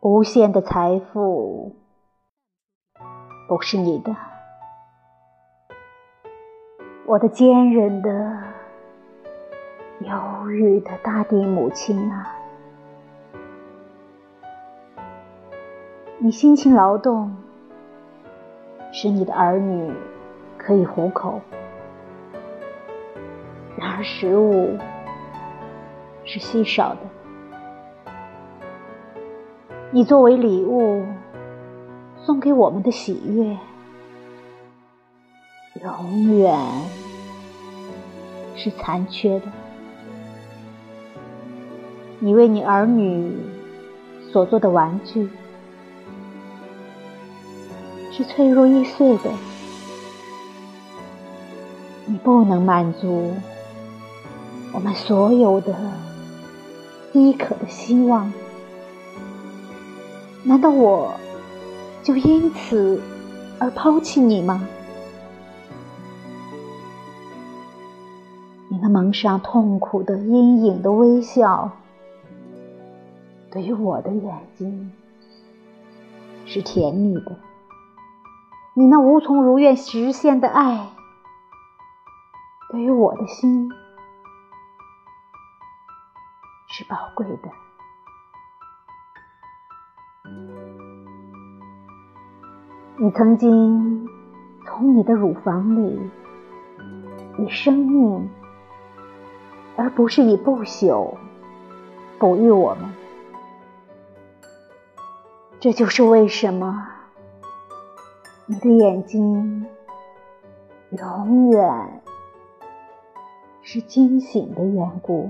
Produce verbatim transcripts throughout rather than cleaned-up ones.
无限的财富不是你的，我的坚韧的忧郁的大地母亲啊，你辛勤劳动，使你的儿女可以糊口，然而食物是稀少的，你作为礼物送给我们的喜悦，永远是残缺的。你为你儿女所做的玩具是脆弱易碎的，你不能满足我们所有的饥渴的希望。难道我就因此而抛弃你吗？你那蒙上痛苦的阴影的微笑，对于我的眼睛是甜蜜的，你那无从如愿实现的爱，对于我的心是宝贵的。你曾经从你的乳房里以生命而不是以不朽哺育我们，这就是为什么你的眼睛永远是惊醒的缘故。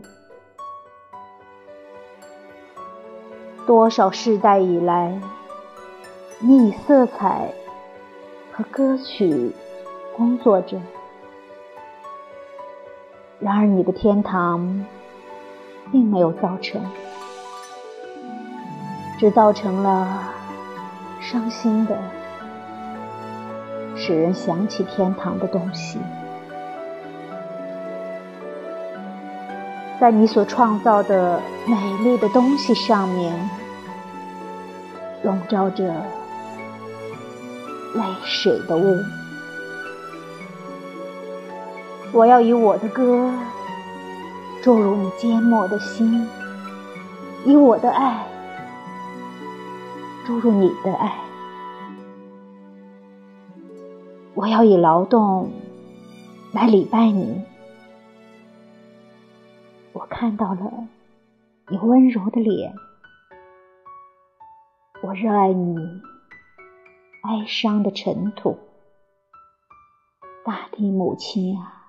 多少世代以来，你以色彩和歌曲工作着，然而你的天堂并没有造成，只造成了伤心的使人想起天堂的东西。在你所创造的美丽的东西上面，笼罩着泪水的雾。我要以我的歌注入你缄默的心，以我的爱注入你的爱。我要以劳动来礼拜你。我看到了你温柔的脸，我热爱你哀伤的尘土。大地母亲啊，